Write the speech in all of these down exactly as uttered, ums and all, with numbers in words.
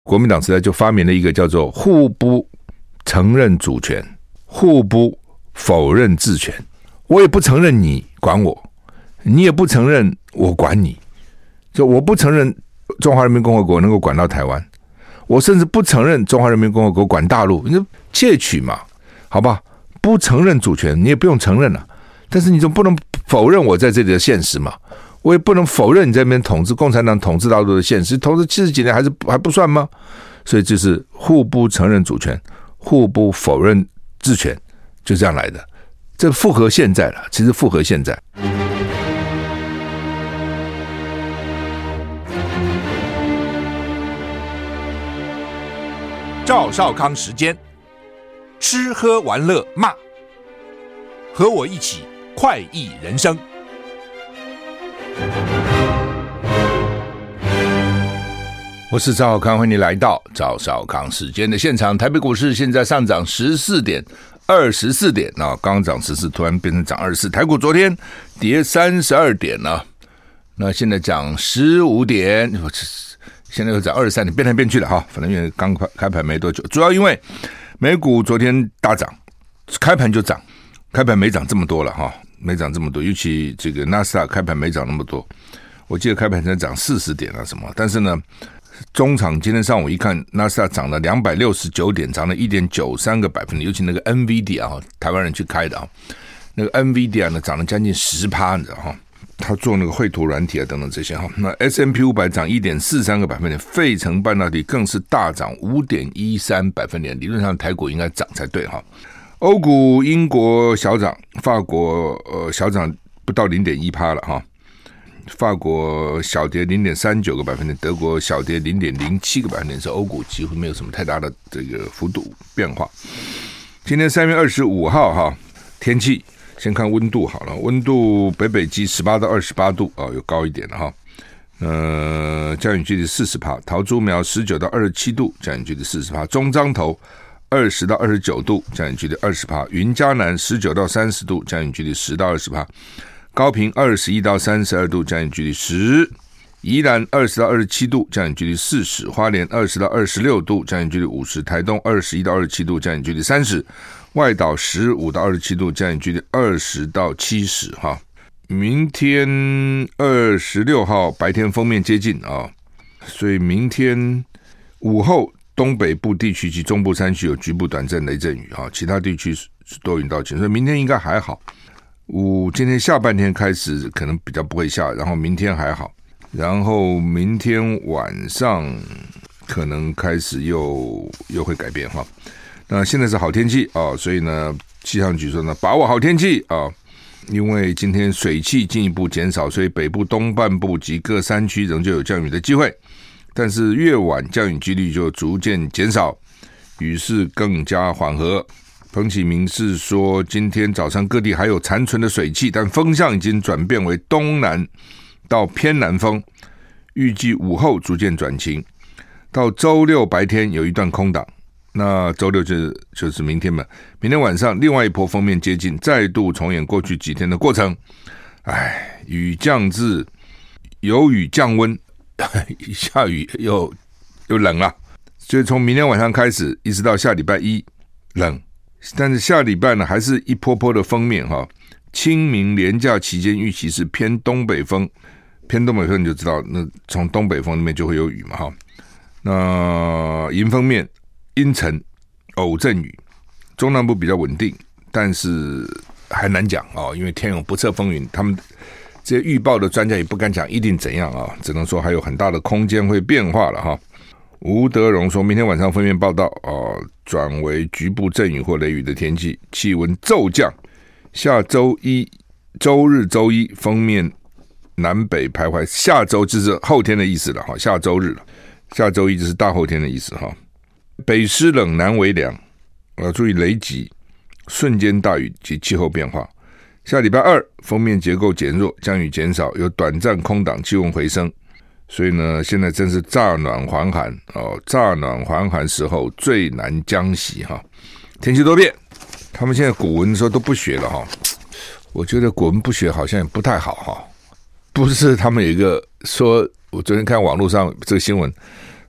国民党时代就发明了一个叫做互不承认主权，互不否认治权。我也不承认你管我，你也不承认我管你，就我不承认中华人民共和国能够管到台湾，我甚至不承认中华人民共和国管大陆，你就窃取嘛，好吧？不承认主权，你也不用承认了，但是你总不能否认我在这里的现实嘛？我也不能否认你在那边统治共产党统治大陆的现实，统治七十几年还是还不算吗？所以这是互不承认主权，互不否认治权，就这样来的。这符合现在了，其实符合现在。 赵少康时间，吃喝玩乐骂，和我一起快意人生。 我是赵少康，欢迎你来到赵少康时间的现场。台北股市现在上涨十四点二十四点啊，刚刚涨十四，突然变成涨二十四。台股昨天跌三十二点呢、啊，那现在涨十五点，现在又涨二十三点，变来变去了哈。反正因为刚开盘没多久，主要因为美股昨天大涨，开盘就涨，开盘没涨这么多了哈，没涨这么多，尤其这个纳斯达克开盘没涨那么多，我记得开盘才涨四十点啊什么，但是呢。中场今天上午一看，纳斯达克涨了两百六十九点，涨了 一点九三 个百分点，尤其那个 N V D A 啊，台湾人去开的啊，那个 N V D A 呢涨了将近 百分之十， 你知道哈，他做那个绘图软体啊等等这些哈。那 S and P 五百 涨 一点四三 个百分点，费城半导体更是大涨 五点一三 百分点，理论上台股应该涨才对哈。欧股英国小涨，法国呃小涨不到 零点一 了哈。法国小跌 零点三九 个百分点，德国小跌 零点零七 个百分点，是欧股几乎没有什么太大的这个幅度变化。今天三月二十五号哈，天气先看温度好了，温度北北基十八到二十八度啊、哦，有高一点了哈。呃，降雨距离 百分之四十， 桃竹苗十九到二十七度，降雨距离 百分之四十， 中彰投二十到二十九度，降雨距离 百分之二十， 云嘉南十九到三十度，降雨距离 百分之十到二十，高屏二十一到三十二度，降雨距离十；宜兰二十到二十七度，降雨距离四十；花莲二十到二十六度，降雨距离五十；台东二十一到二十七度，降雨距离三十；外岛十五到二十七度，降雨距离二十到七十。哈，明天二十六号白天锋面接近啊，所以明天午后东北部地区及中部山区有局部短暂雷阵雨啊，其他地区是多云到晴，所以明天应该还好。五今天下半天开始可能比较不会下，然后明天还好，然后明天晚上可能开始又又会改变哈。那现在是好天气啊，所以呢，气象局说呢，把握好天气啊，因为今天水汽进一步减少，所以北部东半部及各山区仍旧有降雨的机会，但是越晚降雨几率就逐渐减少，雨势更加缓和。彭启明是说，今天早上各地还有残存的水汽，但风向已经转变为东南到偏南风，预计午后逐渐转晴。到周六白天有一段空档，那周六就是就是明天嘛。明天晚上另外一波锋面接近，再度重演过去几天的过程。哎，雨降至有雨降温，下雨又又冷了，所以从明天晚上开始，一直到下礼拜一冷。但是下礼拜呢，还是一波波的锋面哈。清明连假期间预期是偏东北风，偏东北风你就知道，那从东北风那边就会有雨嘛哈。那迎风面阴沉偶阵雨，中南部比较稳定，但是还难讲哦，因为天有不测风云，他们这些预报的专家也不敢讲一定怎样啊，只能说还有很大的空间会变化了哈。吴德荣说，明天晚上锋面报道哦，转为局部阵雨或雷雨的天气，气温骤降。下周一、周日、周一锋面南北徘徊，下周就是后天的意思了哈，下周日了，下周一就是大后天的意思哈。北湿冷，南微凉，要注意雷击、瞬间大雨及气候变化。下礼拜二锋面结构减弱，降雨减少，有短暂空档，气温回升。所以呢，现在真是乍暖还寒哦，乍暖还寒时候最难将息哈。天气多变，他们现在古文说都不学了哈，我觉得古文不学好像也不太好哈。不是他们有一个说，我昨天看网络上这个新闻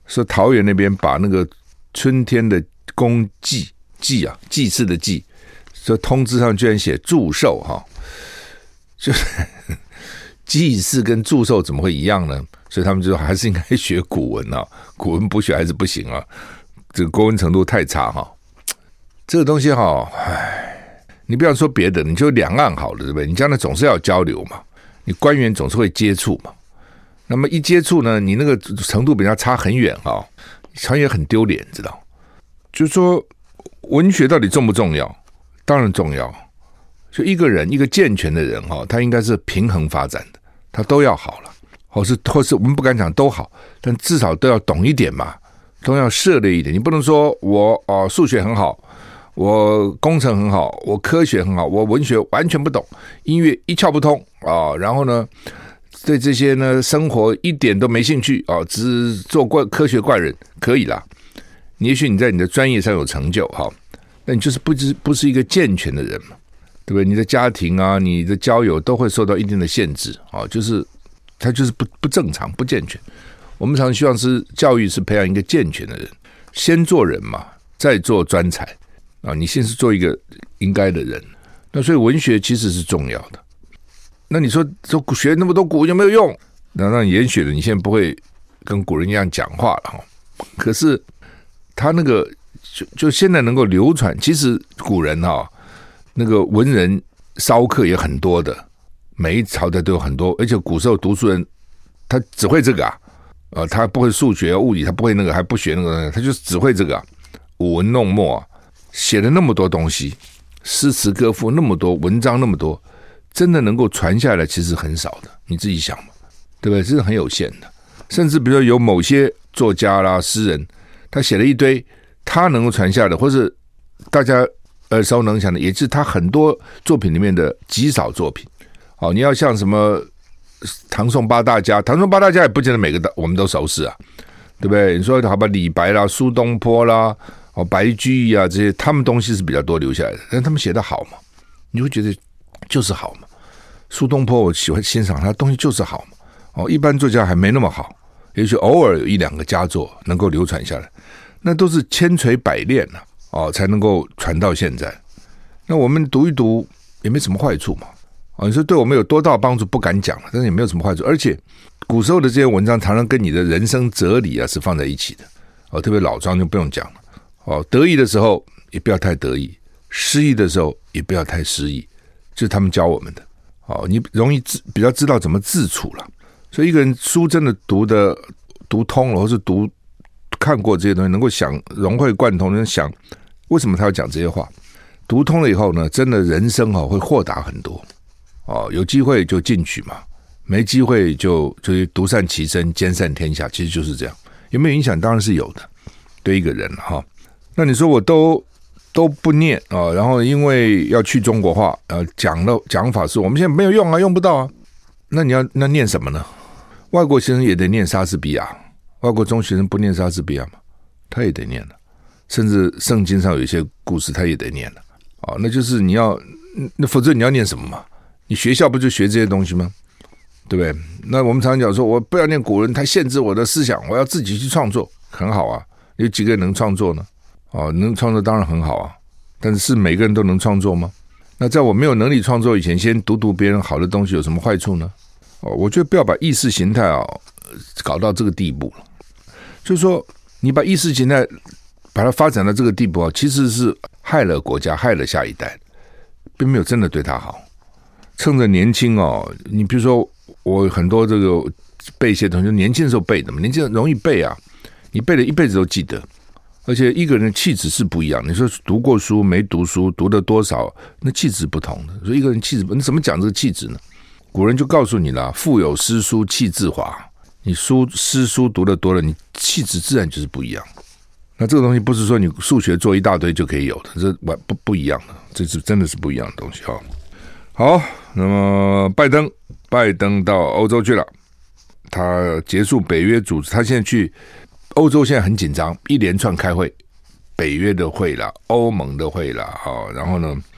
说桃园那边把那个春天的公祭祭啊祭祀的祭，说通知上居然写祝寿哈，就是祭祀跟祝寿怎么会一样呢？所以他们就说还是应该学古文啊，古文不学还是不行啊，这个国文程度太差哈。这个东西哈，唉，你不要说别的，你就两岸好了，对不对？你将来总是要交流嘛，你官员总是会接触嘛。那么一接触呢，你那个程度比他差很远哈，常也很丢脸，知道？就是说，文学到底重不重要？当然重要。就一个人，一个健全的人哈，他应该是平衡发展的，他都要好了，或是或是我们不敢讲都好，但至少都要懂一点嘛，都要涉猎一点。你不能说我哦、呃、数学很好，我工程很好，我科学很好，我文学完全不懂，音乐一窍不通啊、呃，然后呢？对这些呢，生活一点都没兴趣啊，只做怪科学怪人可以啦。也许你在你的专业上有成就哈，那你就是不是不是一个健全的人嘛，对不对？你的家庭啊，你的交友都会受到一定的限制啊，就是他就是不不正常、不健全。我们常希望是教育是培养一个健全的人，先做人嘛，再做专才啊。你先是做一个应该的人，那所以文学其实是重要的。那你说说学那么多古文有没有用？那让研学的你现在不会跟古人一样讲话了哈。可是他那个就就现在能够流传，其实古人哈那个文人骚客也很多的，每一朝代都有很多，而且古时候读书人他只会这个啊，呃，他不会数学物理，他不会那个，还不学那个，他就只会这个、啊、舞文弄墨、啊，写了那么多东西，诗词歌赋那么多，文章那么多。真的能够传下来其实很少的，你自己想嘛，对不对？这是很有限的。甚至比如说有某些作家啦、诗人，他写了一堆，他能够传下来的，或是大家耳熟能详的，也是他很多作品里面的极少作品。哦，你要像什么唐宋八大家，唐宋八大家也不见得每个我们都熟识啊，对不对？你说好吧，李白啦、苏东坡啦、哦白居易啊这些，他们东西是比较多留下来的，但他们写得好嘛，你会觉得就是好嘛。苏东坡我喜欢欣赏他的东西就是好嘛，哦，一般作家还没那么好，也许偶尔有一两个佳作能够流传下来，那都是千锤百炼啊，哦，才能够传到现在。那我们读一读也没什么坏处嘛，哦，你说对我们有多大帮助不敢讲了，但是也没有什么坏处，而且古时候的这些文章常常跟你的人生哲理啊是放在一起的，哦，特别老庄就不用讲了，哦，得意的时候也不要太得意，失意的时候也不要太失意，就是他们教我们的。哦，你容易自比较知道怎么自处了，所以一个人书真的读的读通了，或是读看过这些东西，能够想融会贯通，能想为什么他要讲这些话。读通了以后呢，真的人生哦会豁达很多。哦，有机会就进取嘛，没机会就就是独善其身，兼善天下，其实就是这样。有没有影响？当然是有的，对一个人哈。那你说我都。都不念啊，然后因为要去中国化，呃，讲的讲法是我们现在没有用啊，用不到啊。那你要那念什么呢？外国学生也得念莎士比亚，外国中学生不念莎士比亚吗？他也得念了，甚至圣经上有一些故事他也得念了啊。那就是你要，那否则你要念什么嘛？你学校不就学这些东西吗？对不对？那我们常常讲说，我不要念古人，他限制我的思想，我要自己去创作，很好啊。有几个人能创作呢？哦，能创作当然很好啊，但是是每个人都能创作吗？那在我没有能力创作以前，先读读别人好的东西有什么坏处呢？哦，我觉得不要把意识形态啊搞到这个地步了。就是说，你把意识形态把它发展到这个地步啊，其实是害了国家，害了下一代，并没有真的对他好。趁着年轻哦，你比如说我很多这个背一些东西，年轻的时候背的嘛，年轻人容易背啊，你背了一辈子都记得。而且一个人的气质是不一样，你说读过书没读书，读了多少，那气质不同的。所以一个人气质，你怎么讲这个气质呢？古人就告诉你了，腹有诗书气自华。你书诗书读得多了，你气质自然就是不一样。那这个东西不是说你数学做一大堆就可以有的，这不不一样的，这是真的是不一样的东西哈。好，那么拜登，拜登到欧洲去了，他结束北约组织，他现在去。欧洲现在很紧张，一连串开会，北约的会啦，欧盟的会啦，哈，然后呢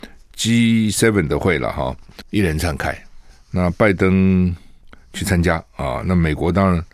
G 七 的会啦，哈，一连串开。那拜登去参加啊，那美国当然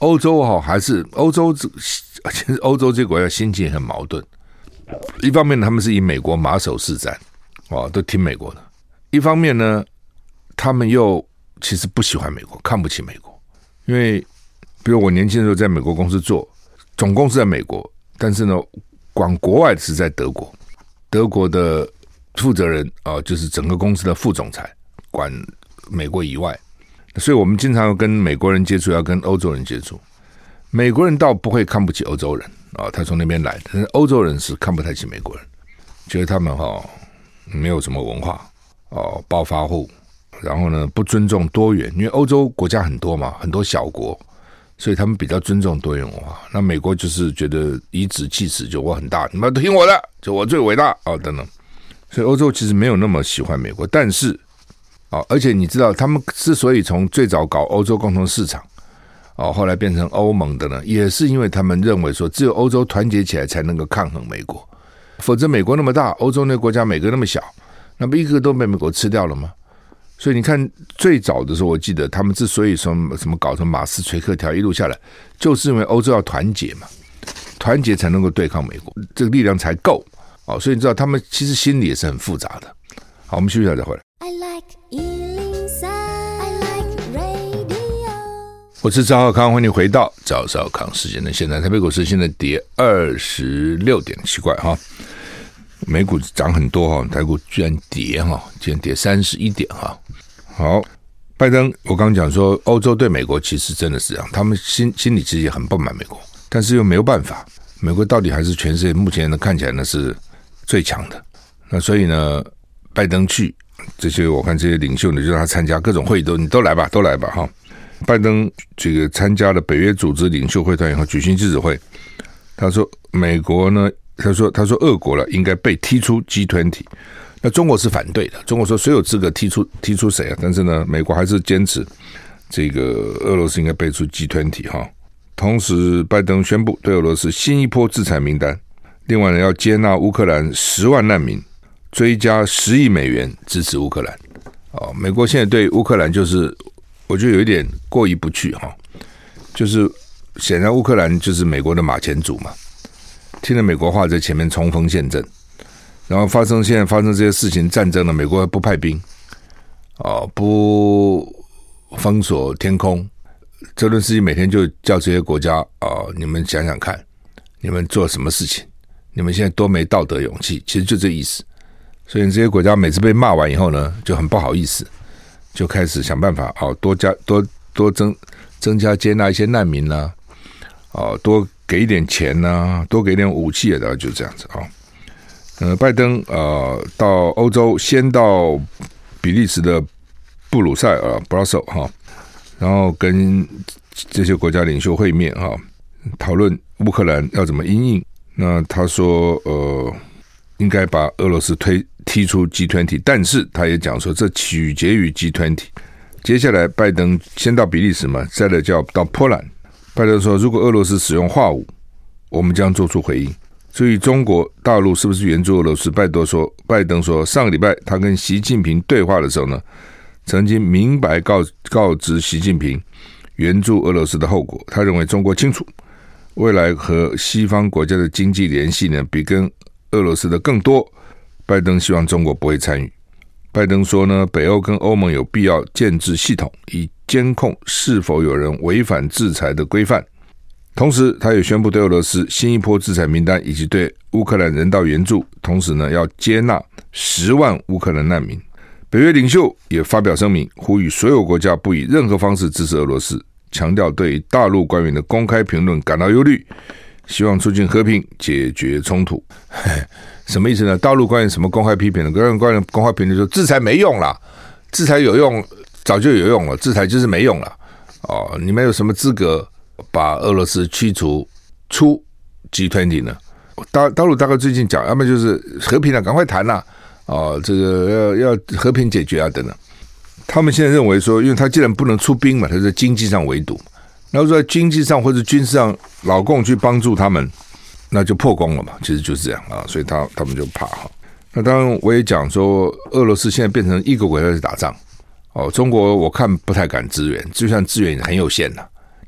欧洲哈还是欧洲，其实欧洲这些国家心情很矛盾。一方面他们是以美国马首是瞻，哦，都听美国的；一方面呢，他们又其实不喜欢美国，看不起美国。因为比如我年轻的时候在美国公司做，总公司在美国，但是呢，管国外是在德国，德国的负责人啊、呃，就是整个公司的副总裁，管美国以外。所以我们经常要跟美国人接触，要跟欧洲人接触。美国人倒不会看不起欧洲人啊、哦，他从那边来的，但是欧洲人是看不太起美国人，觉得他们哈、哦、没有什么文化哦，暴发户，然后呢不尊重多元，因为欧洲国家很多嘛，很多小国，所以他们比较尊重多元文化。那美国就是觉得颐指气使，就我很大，你们都听我的，就我最伟大哦等等。所以欧洲其实没有那么喜欢美国，但是哦，而且你知道，他们之所以从最早搞欧洲共同市场，哦，后来变成欧盟的呢，也是因为他们认为说，只有欧洲团结起来才能够抗衡美国，否则美国那么大，欧洲那个国家每个那么小，那不一个都被美国吃掉了吗？所以你看，最早的时候，我记得他们之所以说什么搞成马斯垂克条一路下来，就是因为欧洲要团结嘛，团结才能够对抗美国，这个力量才够。哦，所以你知道，他们其实心里也是很复杂的。好，我们休息一下再回来。I like 一零三 I like radio。我是赵少康，欢迎回到赵少康时间的现在。台北股市现在跌二十六点，奇怪哈，美股涨很多哈，台股居然跌哈，今天跌三十一点哈。好，拜登，我刚刚讲说，欧洲对美国其实真的是这样，他们心心里其实也很不满美国，但是又没有办法，美国到底还是全世界目前呢看起来呢是最强的。那所以呢，拜登去。这些我看这些领袖呢，就让他参加各种会议，都你都来吧，都来吧哈。拜登这个参加了北约组织领袖会谈以后，举行记者会，他说美国呢，他说他说俄国了应该被踢出 G 二十， 那中国是反对的，中国说谁有资格踢出踢出谁啊？但是呢，美国还是坚持这个俄罗斯应该被出 G 二十 哈。同时，拜登宣布对俄罗斯新一波制裁名单，另外呢要接纳乌克兰十万难民。追加十亿美元支持乌克兰，哦，美国现在对乌克兰就是，我觉得有一点过意不去哈，就是显然乌克兰就是美国的马前卒嘛，听了美国话在前面冲锋陷阵，然后发生现在发生这些事情战争了，美国不派兵，哦，不封锁天空，泽伦斯基每天就叫这些国家哦，你们想想看，你们做什么事情，你们现在多没道德勇气，其实就这意思。所以这些国家每次被骂完以后呢，就很不好意思，就开始想办法哦，多加多多增增加接纳一些难民啦、啊，哦，多给一点钱呐、啊，多给一点武器啊，就这样子啊、哦。呃，拜登呃到欧洲，先到比利时的布鲁塞尔 （Brussels） 哈，然后跟这些国家领袖会面哈，讨论乌克兰要怎么因应。那他说呃。应该把俄罗斯推踢出 G 二十， 但是他也讲说这取决于 G 二十。 接下来拜登先到比利时嘛，再来就要到波兰。拜登说如果俄罗斯使用化武，我们将做出回应。至于中国大陆是不是援助俄罗斯，拜登说拜登说上个礼拜他跟习近平对话的时候呢，曾经明白告告知习近平援助俄罗斯的后果。他认为中国清楚未来和西方国家的经济联系呢比跟俄罗斯的更多，拜登希望中国不会参与。拜登说呢，北欧跟欧盟有必要建制系统，以监控是否有人违反制裁的规范。同时，他也宣布对俄罗斯新一波制裁名单，以及对乌克兰人道援助，同时呢，要接纳十万乌克兰难民。北约领袖也发表声明，呼吁所有国家不以任何方式支持俄罗斯，强调对大陆官员的公开评论感到忧虑。希望促进和平，解决冲突。什么意思呢？大陆官员什么公开批评的？官员公开评论说制裁没用啦，制裁有用早就有用了，制裁就是没用了。哦，你们有什么资格把俄罗斯驱逐出 G 二十 呢？大大陆大概最近讲，要么就是和平啊，赶快谈啦、啊，哦，这个要要和平解决啊，等等。他们现在认为说，因为他既然不能出兵嘛，他在经济上围堵。然后在经济上或者军事上，老共去帮助他们，那就破功了嘛。其实就是这样啊，所以他他们就怕哈。那当然，我也讲说，俄罗斯现在变成一个国家在打仗哦。中国我看不太敢支援，就算支援很有限了。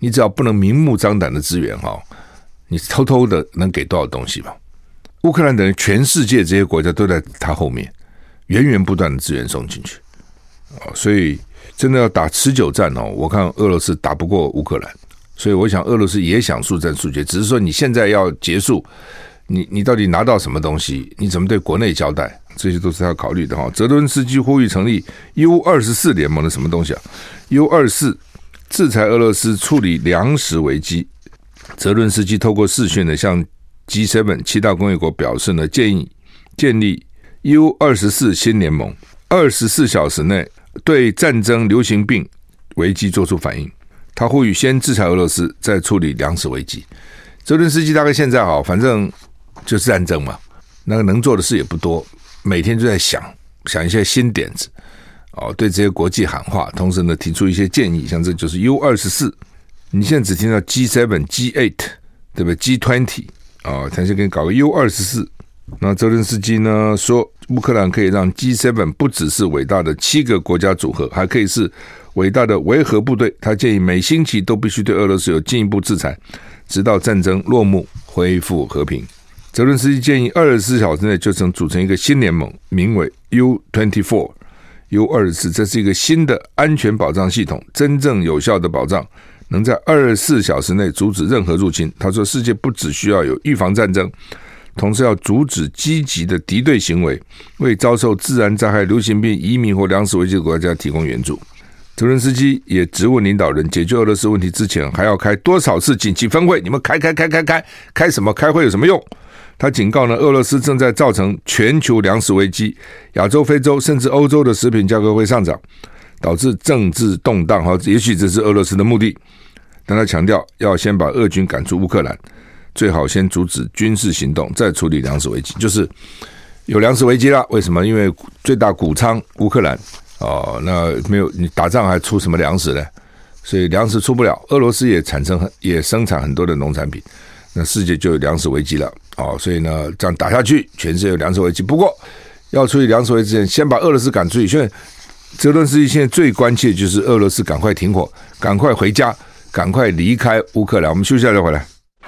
你只要不能明目张胆的支援哈，你偷偷的能给多少东西吧？乌克兰等于全世界这些国家都在他后面，源源不断的资源送进去，所以真的要打持久战哦，我看俄罗斯打不过乌克兰，所以我想俄罗斯也想速战速决，只是说你现在要结束，你你到底拿到什么东西？你怎么对国内交代？这些都是他要考虑的哈。泽伦斯基呼吁成立 U 二十四 联盟的什么东西啊 ？U 二十四 制裁俄罗斯处理粮食危机。泽伦斯基透过视讯呢，向 G 七 七大工业国表示呢，建议建立 U 二十四 新联盟，二十四小时内对战争、流行病危机做出反应。他呼吁先制裁俄罗斯，再处理粮食危机。泽伦斯基大概现在好，反正就是战争嘛，那个能做的事也不多，每天就在想想一些新点子，哦，对这些国际喊话，同时呢提出一些建议，像这就是 U 二十四。你现在只听到 G 七、G 八， 对不对 ？G 二十 啊，他先给你搞个 U 二十四。那泽伦斯基呢说，乌克兰可以让 G 七 不只是伟大的七个国家组合，还可以是伟大的维和部队。他建议每星期都必须对俄罗斯有进一步制裁，直到战争落幕，恢复和平。泽伦斯基建议二十四小时内就能组成一个新联盟，名为 U 二十四。U 二十四 这是一个新的安全保障系统，真正有效的保障，能在二十四小时内阻止任何入侵。他说，世界不只需要有预防战争，同时要阻止积极的敌对行为，为遭受自然灾害、流行病、移民或粮食危机的国家提供援助。泽伦斯基也质问领导人，解决俄罗斯问题之前还要开多少次紧急峰会？你们开开开开开开什么？开会有什么用？他警告呢，俄罗斯正在造成全球粮食危机，亚洲、非洲甚至欧洲的食品价格会上涨，导致政治动荡。也许这是俄罗斯的目的，但他强调要先把俄军赶出乌克兰，最好先阻止军事行动，再处理粮食危机。就是有粮食危机了，为什么？因为最大谷仓乌克兰哦，那没有你打仗还出什么粮食呢？所以粮食出不了，俄罗斯也产生也生产很多的农产品，那世界就有粮食危机了哦。所以呢，这样打下去，全世界有粮食危机。不过要处理粮食危机之前，先把俄罗斯赶出去。现在泽伦斯基现在最关切就是俄罗斯赶快停火，赶快回家，赶快离开乌克兰。我们休息一下再回来。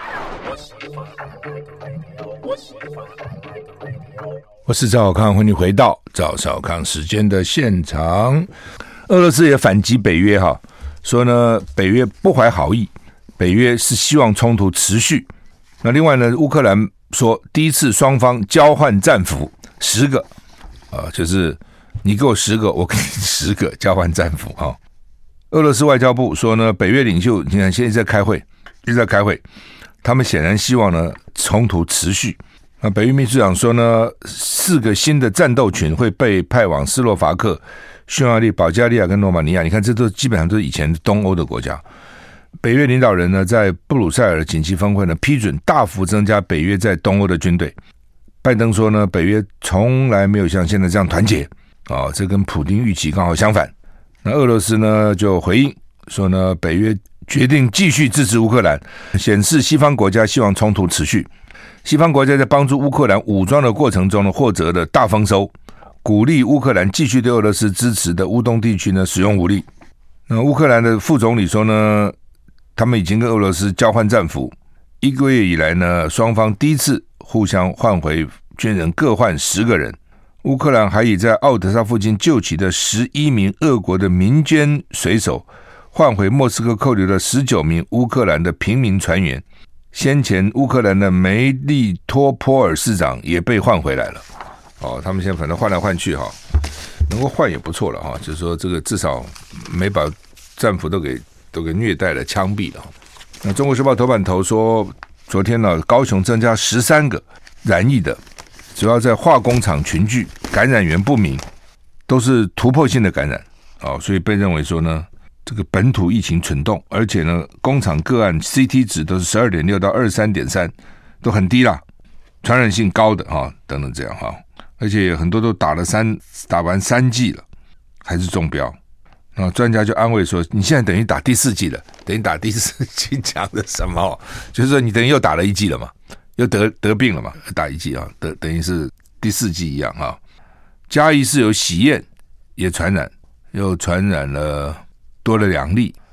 我是赵少康，欢迎回到赵少康时间的现场。俄罗斯也反击北约哈，说呢北约不怀好意，北约是希望冲突持续。那另外呢，乌克兰说第一次双方交换战俘十个，啊、呃，就是你给我十个，我给你十个，交换战俘哈。俄罗斯外交部说呢，北约领袖你看现在在开会，一直在开会，他们显然希望呢冲突持续。那北约秘书长说呢，四个新的战斗群会被派往斯洛伐克、匈牙利、保加利亚跟罗马尼亚。你看，这都基本上都是以前东欧的国家。北约领导人呢，在布鲁塞尔紧急峰会呢，批准大幅增加北约在东欧的军队。拜登说呢，北约从来没有像现在这样团结啊、哦，这跟普丁预期刚好相反。那俄罗斯呢就回应说呢，北约决定继续支持乌克兰，显示西方国家希望冲突持续。西方国家在帮助乌克兰武装的过程中呢，获得了大丰收，鼓励乌克兰继续对俄罗斯支持的乌东地区呢使用武力。那乌克兰的副总理说呢，他们已经跟俄罗斯交换战俘，一个月以来呢，双方第一次互相换回军人，各换十个人。乌克兰还以在奥德萨附近救起的十一名俄国的民间水手，换回莫斯科扣留的十九名乌克兰的平民船员。先前乌克兰的梅利托波尔市长也被换回来了。哦，他们现在反正换来换去哈，能够换也不错了哈。就是说这个至少没把战俘都给都给虐待了、枪毙了。那中国时报头版头说，昨天呢，高雄增加十三个染疫的，主要在化工厂群聚，感染源不明，都是突破性的感染哦，所以被认为说呢，这个本土疫情蠢动，而且呢，工厂个案 C T 值都是 十二点六 到 二十三点三， 都很低啦，传染性高的哈，等等这样哈，而且很多都打了三打完三剂了，还是中标。那专家就安慰说，你现在等于打第四剂了，等于打第四剂讲的什么？就是说你等于又打了一剂了嘛，又得得病了嘛，打一剂啊，等等于是第四剂一样哈。嘉义市有喜宴也传染，又传染了多了两例。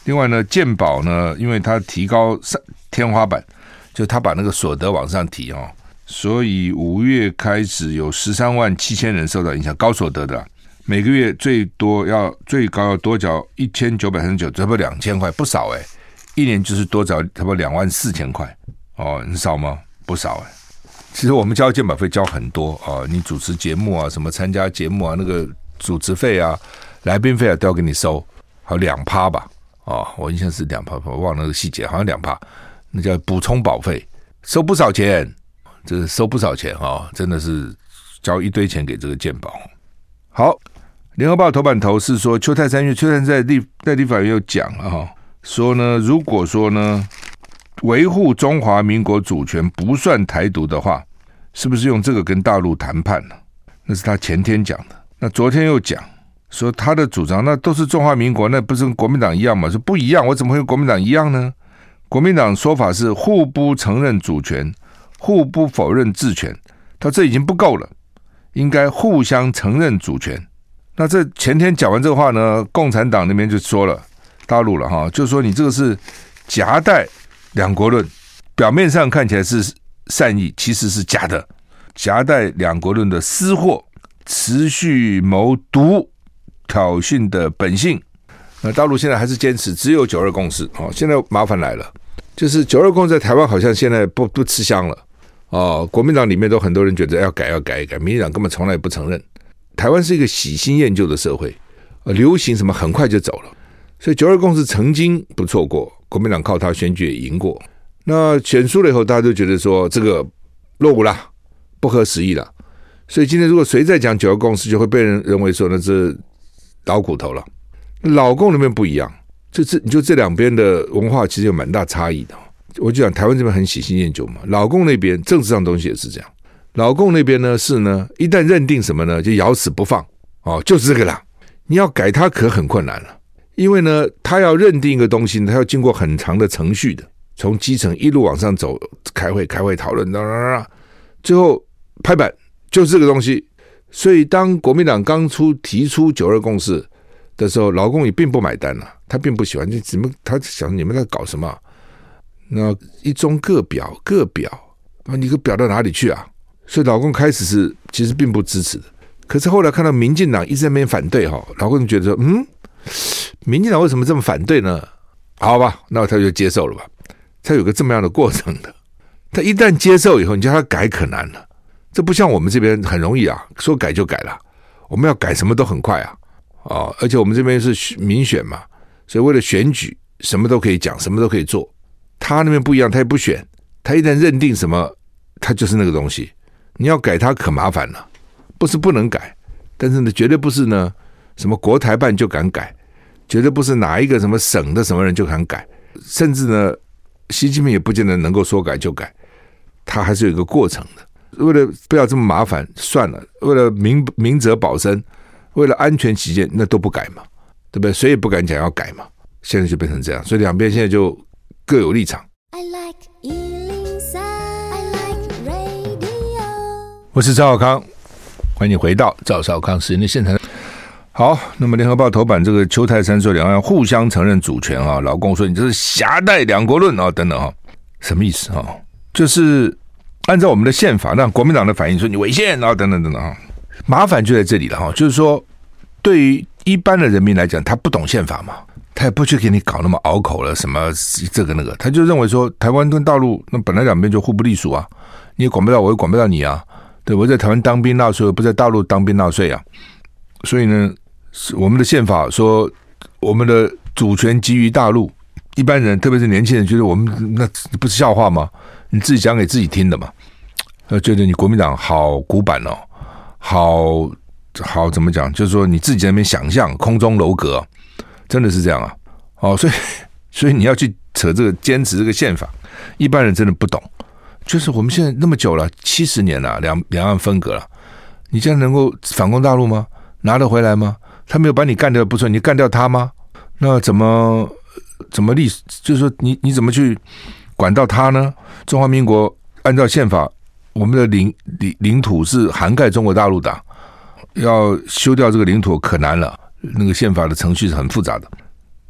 另外呢，健保呢，因为它提高天花板，就他把那个所得往上提哦，所以五月开始有十三万七千人受到影响，高所得的、啊，每个月最多要最高要多缴一千九百三十九，差不多两千块，不少哎、欸，一年就是多缴差不多两万四千块哦，很少吗？不少哎、欸。其实我们交健保费交很多啊，你主持节目啊，什么参加节目啊，那个主持费啊、来宾费啊都要给你收，好两趴吧？哦，我印象是两趴，我忘了那个细节，好像两趴，那叫补充保费，收不少钱，这是收不少钱哈、哦，真的是交一堆钱给这个健保。好，联合报头版头是说邱泰山，因为邱泰山在立在立法院有讲了哈，说呢，如果说呢。维护中华民国主权不算台独的话，是不是用这个跟大陆谈判呢？那是他前天讲的，那昨天又讲说他的主张那都是中华民国，那不是跟国民党一样吗？说不一样，我怎么会跟国民党一样呢？国民党说法是互不承认主权，互不否认治权，他这已经不够了，应该互相承认主权。那这前天讲完这个话呢，共产党那边就说了，大陆了哈，就说你这个是夹带两国论，表面上看起来是善意，其实是假的，夹带两国论的私货，持续谋独挑衅的本性。那大陆现在还是坚持只有九二共识、哦、现在麻烦来了，就是九二共识在台湾好像现在不不吃香了、哦、国民党里面都很多人觉得要改要改一改，民进党根本从来不承认。台湾是一个喜新厌旧的社会、呃、流行什么很快就走了，所以九二共识曾经不错过，国民党靠他选举也赢过，那选输了以后大家就觉得说这个落伍了，不合时宜了，所以今天如果谁在讲九二共识，就会被人认为说那是老骨头了。老共那边不一样，就这就这两边的文化其实有蛮大差异的。我就讲台湾这边很喜新厌旧嘛，老共那边政治上的东西也是这样，老共那边呢是呢一旦认定什么呢就咬死不放哦，就是这个啦，你要改它可很困难了。因为呢，他要认定一个东西，他要经过很长的程序的，从基层一路往上走，开会、开会讨论，最后拍板就是这个东西。所以，当国民党刚出提出九二共识的时候，老共也并不买单了、啊，他并不喜欢，你们他想你们在搞什么？那一中各表各表，你可表到哪里去啊？所以老共开始是其实并不支持的，可是后来看到民进党一直在那边反对哈，老共觉得说嗯。民进党为什么这么反对呢？好吧，那他就接受了吧。他有个这么样的过程的，他一旦接受以后，你叫他改可难了。这不像我们这边很容易啊，说改就改了。我们要改什么都很快啊，哦，而且我们这边是民选嘛，所以为了选举，什么都可以讲，什么都可以做。他那边不一样，他也不选，他一旦认定什么，他就是那个东西。你要改他可麻烦了，不是不能改，但是呢，绝对不是呢。什么国台办就敢改，绝对不是哪一个什么省的什么人就敢改，甚至呢，习近平也不见得能够说改就改，他还是有一个过程的。为了不要这么麻烦，算了，为了明明哲保身，为了安全起见，那都不改嘛，对不对？谁也不敢讲要改嘛，现在就变成这样，所以两边现在就各有立场。I like 一零三 I like radio 我是赵少康，欢迎你回到赵少康时间的现场。好，那么联合报头版这个邱泰山说两岸互相承认主权啊，老共说你这是狭带两国论啊，等等啊，什么意思啊？就是按照我们的宪法，那国民党的反应说你违宪啊，等等等等啊，麻烦就在这里了哈，就是说对于一般的人民来讲，他不懂宪法嘛，他也不去给你搞那么拗口了，什么这个那个，他就认为说台湾跟大陆那本来两边就互不隶属啊，你也管不到我，也管不到你啊，对，我在台湾当兵纳税，我不在大陆当兵纳税啊，所以呢。我们的宪法说我们的主权基于大陆，一般人特别是年轻人觉得我们那不是笑话吗？你自己讲给自己听的嘛，觉得你国民党好古板哦，好好怎么讲，就是说你自己在那边想象空中楼阁、哦、真的是这样啊，哦，所以所以你要去扯这个坚持这个宪法，一般人真的不懂，就是我们现在那么久了，七十年了，两两岸分隔了，你这样能够反攻大陆吗？拿得回来吗？他没有把你干掉不错，你干掉他吗？那怎么怎么历史？就是说你你怎么去管到他呢？中华民国按照宪法，我们的领领领土是涵盖中国大陆的，要修掉这个领土可难了，那个宪法的程序是很复杂的，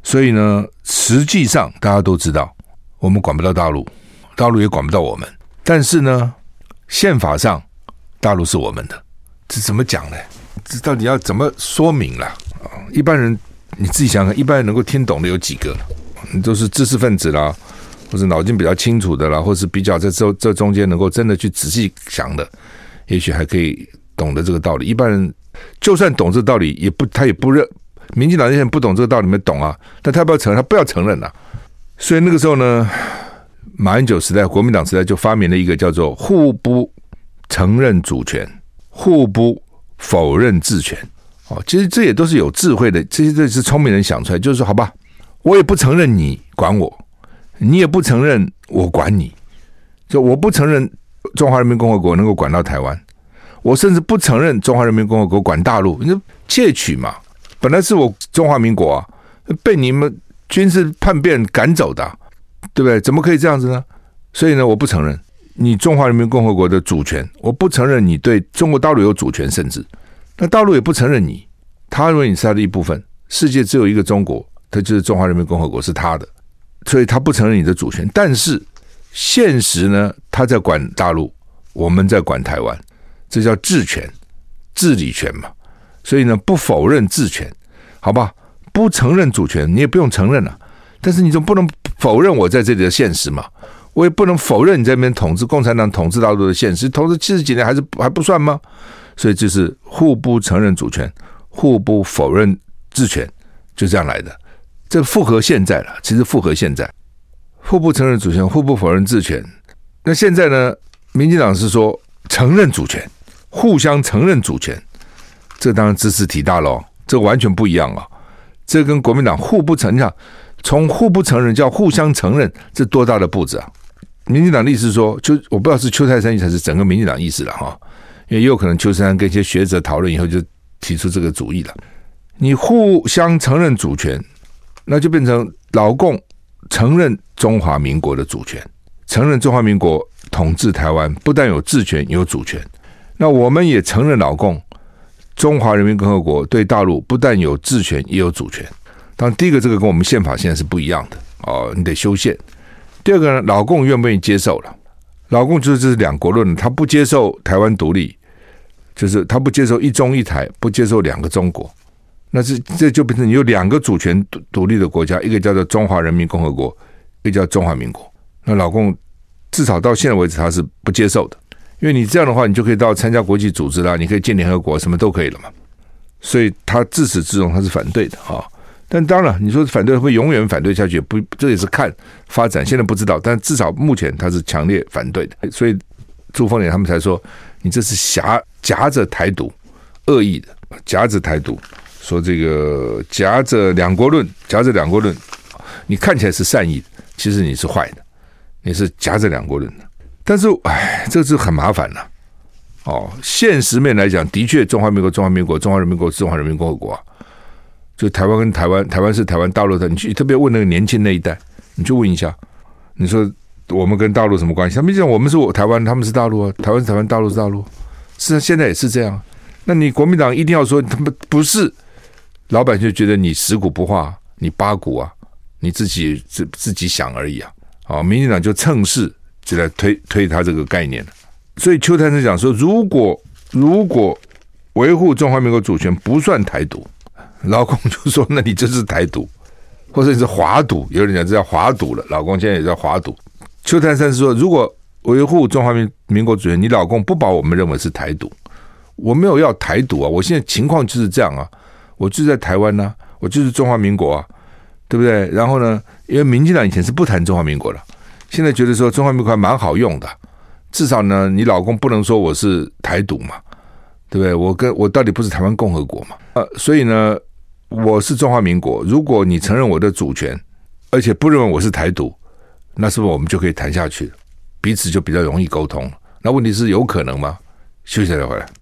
所以呢，实际上大家都知道，我们管不到大陆，大陆也管不到我们。但是呢，宪法上大陆是我们的，这怎么讲呢？这到底要怎么说明啦？一般人你自己想想，一般人能够听懂的有几个？你都是知识分子啦，或者脑筋比较清楚的啦，或是比较在这这中间能够真的去仔细想的，也许还可以懂得这个道理。一般人就算懂这个道理，也不他也不认。民进党那些人不懂这个道理，没懂啊，但他不要承认，他不要承认啊。所以那个时候呢，马英九时代、国民党时代就发明了一个叫做互不承认主权、互不否认治权。哦，其实这也都是有智慧的，这些都是聪明人想出来，就是说，好吧，我也不承认你管我，你也不承认我管你，就我不承认中华人民共和国能够管到台湾，我甚至不承认中华人民共和国管大陆，你就窃取嘛。本来是我中华民国啊，被你们军事叛变赶走的，对不对？怎么可以这样子呢？所以呢，我不承认你中华人民共和国的主权，我不承认你对中国大陆有主权，甚至那大陆也不承认你，他认为你是他的一部分。世界只有一个中国，它就是中华人民共和国，是他的，所以他不承认你的主权。但是现实呢，他在管大陆，我们在管台湾，这叫治权、治理权嘛。所以呢，不否认治权，好吧？不承认主权，你也不用承认啊。但是你总不能否认我在这里的现实嘛？我也不能否认你在那边统治共产党统治大陆的现实，统治七十几年还是还不算吗？所以就是互不承认主权，互不否认治权，就这样来的。这符合现在了，其实符合现在，互不承认主权，互不否认治权。那现在呢？民进党是说承认主权，互相承认主权。这当然知识体大了，这完全不一样啊！这跟国民党互不承认，从互不承认叫互相承认，这多大的步子啊！民进党的意思是说，就我不知道是邱泰山还是整个民进党意思了哈，因为也有可能邱泰山跟一些学者讨论以后就提出这个主意了。你互相承认主权，那就变成老共承认中华民国的主权，承认中华民国统治台湾，不但有治权有主权，那我们也承认老共中华人民共和国对大陆不但有治权也有主权。当然第一个，这个跟我们宪法现在是不一样的哦，你得修宪。第二个呢，老共愿不愿意接受了？老共就是这是两国论，他不接受台湾独立，就是他不接受一中一台，不接受两个中国。那这这就变成你有两个主权独立的国家，一个叫做中华人民共和国，一个叫中华民国。那老共至少到现在为止他是不接受的。因为你这样的话，你就可以到参加国际组织啦，你可以建联合国，什么都可以了嘛。所以他自始至终他是反对的哈。但当然，你说反对会永远反对下去，不，这也是看发展。现在不知道，但至少目前他是强烈反对的。所以朱凤莲他们才说，你这是夹夹着台独，恶意的夹着台独，说这个夹着两国论，夹着两国论，你看起来是善意的，其实你是坏的，你是夹着两国论的。但是，哎，这是很麻烦了、啊。哦，现实面来讲，的确，中华民国、中华民国、中华人民共和国、中华人民共和国、啊，就台湾跟台湾，台湾是台湾，大陆的。你去特别问那个年轻那一代，你去问一下，你说我们跟大陆什么关系？他们讲我们是我台湾，他们是大陆啊，台湾是台湾，大陆是大陆。是啊，现在也是这样。那你国民党一定要说他们不是，老百姓就觉得你食古不化，你八股啊，你自己自自己想而已啊。哦，民进党就趁势。就来推推他这个概念了，所以邱泰山讲说，如果如果维护中华民国主权不算台独，老共就说那你就是台独，或者是华独，有人讲这叫华独了，老共现在也叫华独。邱泰山是说，如果维护中华民国主权，你老共不把我们认为是台独，我没有要台独啊，我现在情况就是这样啊，我就是在台湾啊，我就是中华民国啊，对不对？然后呢，因为民进党以前是不谈中华民国的。现在觉得说中华民国还蛮好用的，至少呢，你老公不能说我是台独嘛，对不对？我跟我到底不是台湾共和国嘛？呃，所以呢，我是中华民国。如果你承认我的主权，而且不认为我是台独，那是不是我们就可以谈下去了？彼此就比较容易沟通了。那问题是有可能吗？休息再回来。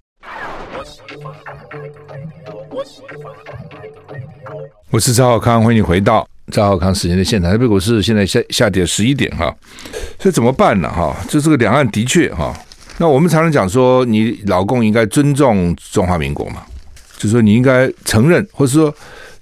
我是赵浩康，欢迎你回到赵浩康时间的现场。台北股市现在下下跌十一点哈，所以怎么办呢？哈，就这个两岸的确哈，那我们常常讲说，你老共应该尊重中华民国嘛，就是说你应该承认，或者说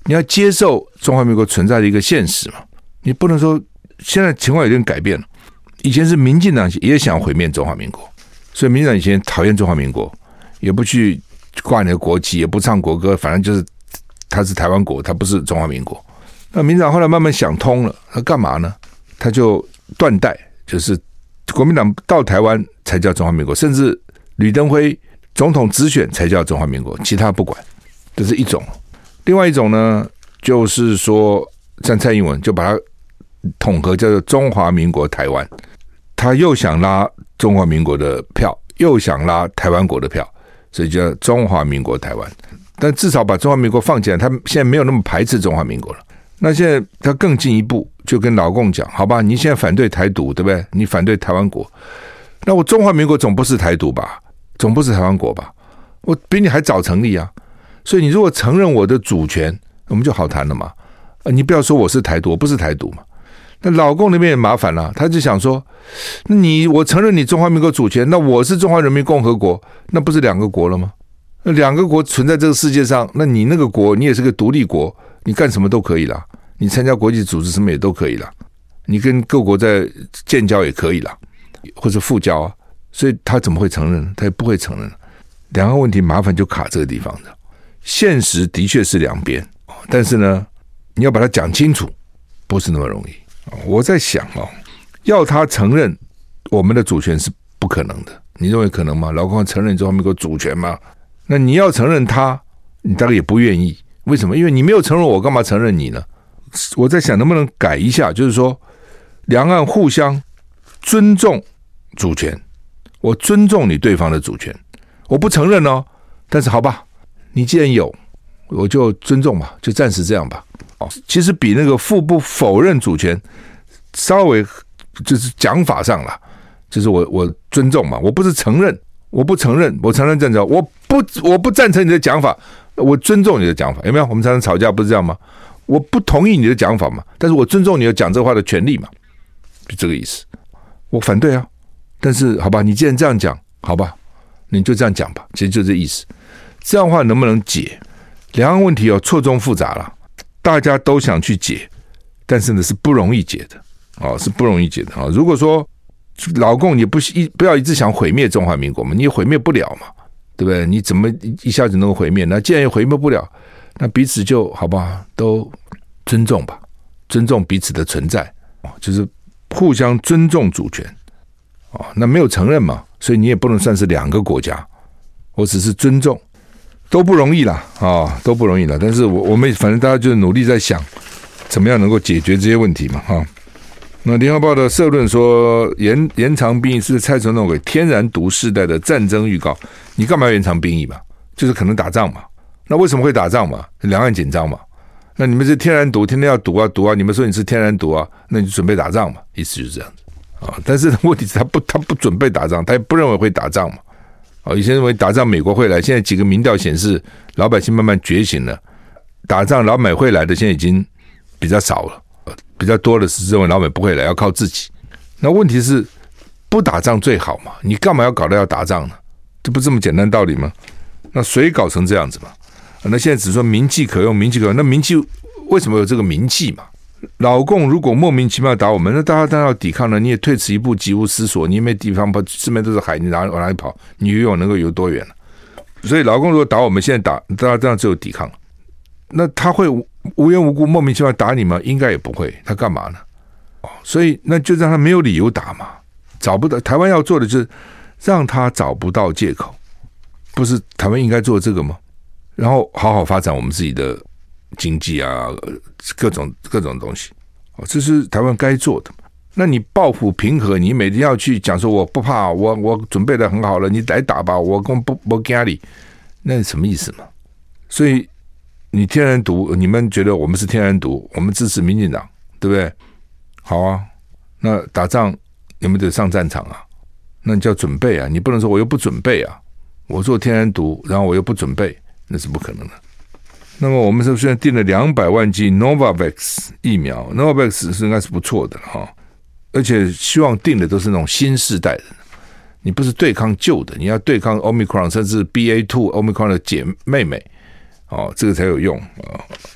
你要接受中华民国存在的一个现实嘛。你不能说现在情况有点改变了，以前是民进党也想毁灭中华民国，所以民进党以前讨厌中华民国，也不去挂你的国旗，也不唱国歌，反正就是他是台湾国，他不是中华民国。那民进党后来慢慢想通了，他干嘛呢？他就断代，就是国民党到台湾才叫中华民国，甚至吕登辉总统直选才叫中华民国，其他不管，这是一种。另外一种呢，就是说像蔡英文就把它统合叫做中华民国台湾，他又想拉中华民国的票，又想拉台湾国的票，所以叫中华民国台湾。但至少把中华民国放进来，他现在没有那么排斥中华民国了。那现在他更进一步，就跟老共讲，好吧，你现在反对台独，对不对？你反对台湾国，那我中华民国总不是台独吧？总不是台湾国吧？我比你还早成立啊！所以你如果承认我的主权，我们就好谈了嘛。你不要说我是台独，我不是台独嘛。那老共那边也麻烦了，他就想说，那你我承认你中华民国主权，那我是中华人民共和国，那不是两个国了吗？那两个国存在这个世界上，那你那个国你也是个独立国，你干什么都可以啦，你参加国际组织什么也都可以啦，你跟各国在建交也可以啦，或者复交啊。所以他怎么会承认？他也不会承认。两个问题麻烦就卡这个地方的。现实的确是两边，但是呢，你要把它讲清楚，不是那么容易。我在想哦，要他承认我们的主权是不可能的。你认为可能吗？老共承认中华民国主权吗？那你要承认他，你大概也不愿意。为什么？因为你没有承认我，干嘛承认你呢？我在想能不能改一下，就是说两岸互相尊重主权，我尊重你对方的主权，我不承认哦，但是好吧，你既然有，我就尊重吧，就暂时这样吧。其实比那个互不否认主权稍微就是讲法上啦，就是我我尊重嘛，我不是承认，我不承认，我承认赞成，我不我不赞成你的讲法，我尊重你的讲法，有没有？我们常常吵架不是这样吗？我不同意你的讲法嘛，但是我尊重你的讲这话的权利嘛，就这个意思。我反对啊，但是好吧，你既然这样讲，好吧，你就这样讲吧，其实就这意思。这样的话能不能解？两岸问题哦，错综复杂了。大家都想去解，但是呢是不容易解的，哦，是不容易解的啊。如果说老共你不一不要一直想毁灭中华民国嘛，你也毁灭不了嘛，对不对？你怎么一下子能够毁灭？那既然也毁灭不了，那彼此就好吧，都尊重吧，尊重彼此的存在，就是互相尊重主权，哦，那没有承认嘛，所以你也不能算是两个国家，我只是尊重。都不容易啦，啊、哦，都不容易啦。但是我我们反正大家就努力在想，怎么样能够解决这些问题嘛，哈、哦。那联合报的社论说，延延长兵役是蔡总统给天然毒世代的战争预告。你干嘛要延长兵役嘛？就是可能打仗嘛。那为什么会打仗嘛？两岸紧张嘛。那你们是天然毒，天天要毒啊毒啊，你们说你是天然毒啊，那你就准备打仗嘛，意思就是这样子啊、哦。但是问题是他不他不准备打仗，他也不认为会打仗嘛。哦，以前认为打仗美国会来，现在几个民调显示老百姓慢慢觉醒了，打仗老美会来的现在已经比较少了，比较多的是认为老美不会来，要靠自己。那问题是不打仗最好嘛？你干嘛要搞到要打仗呢？这不这么简单道理吗？那谁搞成这样子嘛？那现在只说民气可用，民气可用，那民气为什么有这个民气嘛？老共如果莫名其妙打我们，那大家当然要抵抗了。你也退此一步，急无思索，你也没地方跑，四面都是海，你哪往哪里跑？你游泳能够游多远呢？所以老共如果打我们，现在打，大家当然只有抵抗了。那他会无缘无故莫名其妙打你吗？应该也不会。他干嘛呢？所以那就让他没有理由打嘛。找不到台湾要做的就是让他找不到借口，不是台湾应该做这个吗？然后好好发展我们自己的经济啊，各种各种东西，这是台湾该做的。那你抱负平和，你每天要去讲说我不怕，我我准备的很好了，你来打吧，我根本不不怕你，那是什么意思嘛？所以你天然独，你们觉得我们是天然独，我们支持民进党，对不对？好啊，那打仗你们得上战场啊，那你就要准备啊，你不能说我又不准备啊，我做天然独，然后我又不准备，那是不可能的。那么我们是现在订了两百万剂 Novavax 疫苗 ，Novavax 是应该是不错的哈，而且希望订的都是那种新世代的，你不是对抗旧的，你要对抗 Omicron 甚至 B A 二 Omicron 的姐妹妹，哦，这个才有用啊。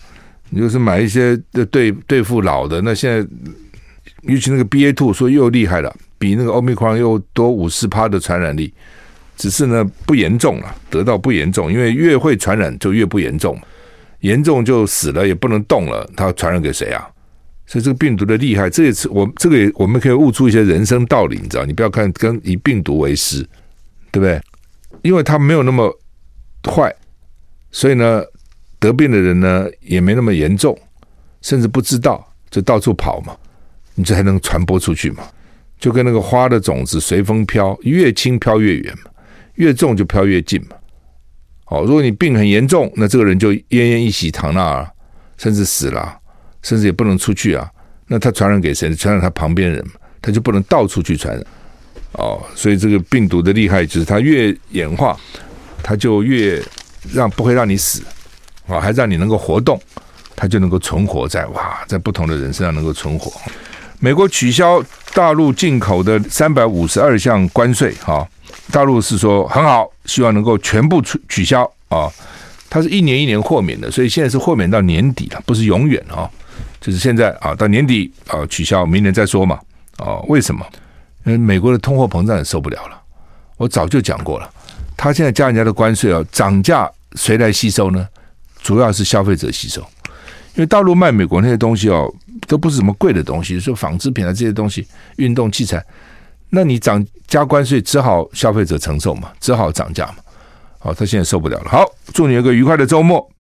你就是买一些对对付老的，那现在尤其那个 B A 二 说又厉害了，比那个 Omicron 又多 百分之五十 的传染力，只是呢不严重了，得到不严重，因为越会传染就越不严重，严重就死了也不能动了，它传染给谁啊？所以这个病毒的厉害，这也是我这个也我们可以悟出一些人生道理，你知道？你不要看跟以病毒为师，对不对？因为它没有那么坏，所以呢，得病的人呢也没那么严重，甚至不知道就到处跑嘛，你这还能传播出去嘛？就跟那个花的种子随风飘，越轻飘越远嘛，越重就飘越近嘛。哦，如果你病很严重，那这个人就奄奄一息躺那儿，甚至死了。甚至也不能出去啊，那他传染给谁？传染他旁边人嘛，他就不能到处去传染哦。所以这个病毒的厉害就是它越演化，它就越让不会让你死啊、哦，还让你能够活动，它就能够存活在哇，在不同的人身上能够存活。美国取消大陆进口的三百五十二项关税哈、哦，大陆是说很好，希望能够全部取消啊、哦。它是一年一年豁免的，所以现在是豁免到年底了，不是永远啊、哦。就是现在啊，到年底啊取消，明年再说嘛。哦，为什么？因为美国的通货膨胀也受不了了。我早就讲过了，他现在加人家的关税啊，涨价谁来吸收呢？主要是消费者吸收，因为大陆卖美国那些东西哦，都不是什么贵的东西，说纺织品啊这些东西，运动器材，那你涨加关税，只好消费者承受嘛，只好涨价嘛。好、哦，他现在受不了了。好，祝你有个愉快的周末。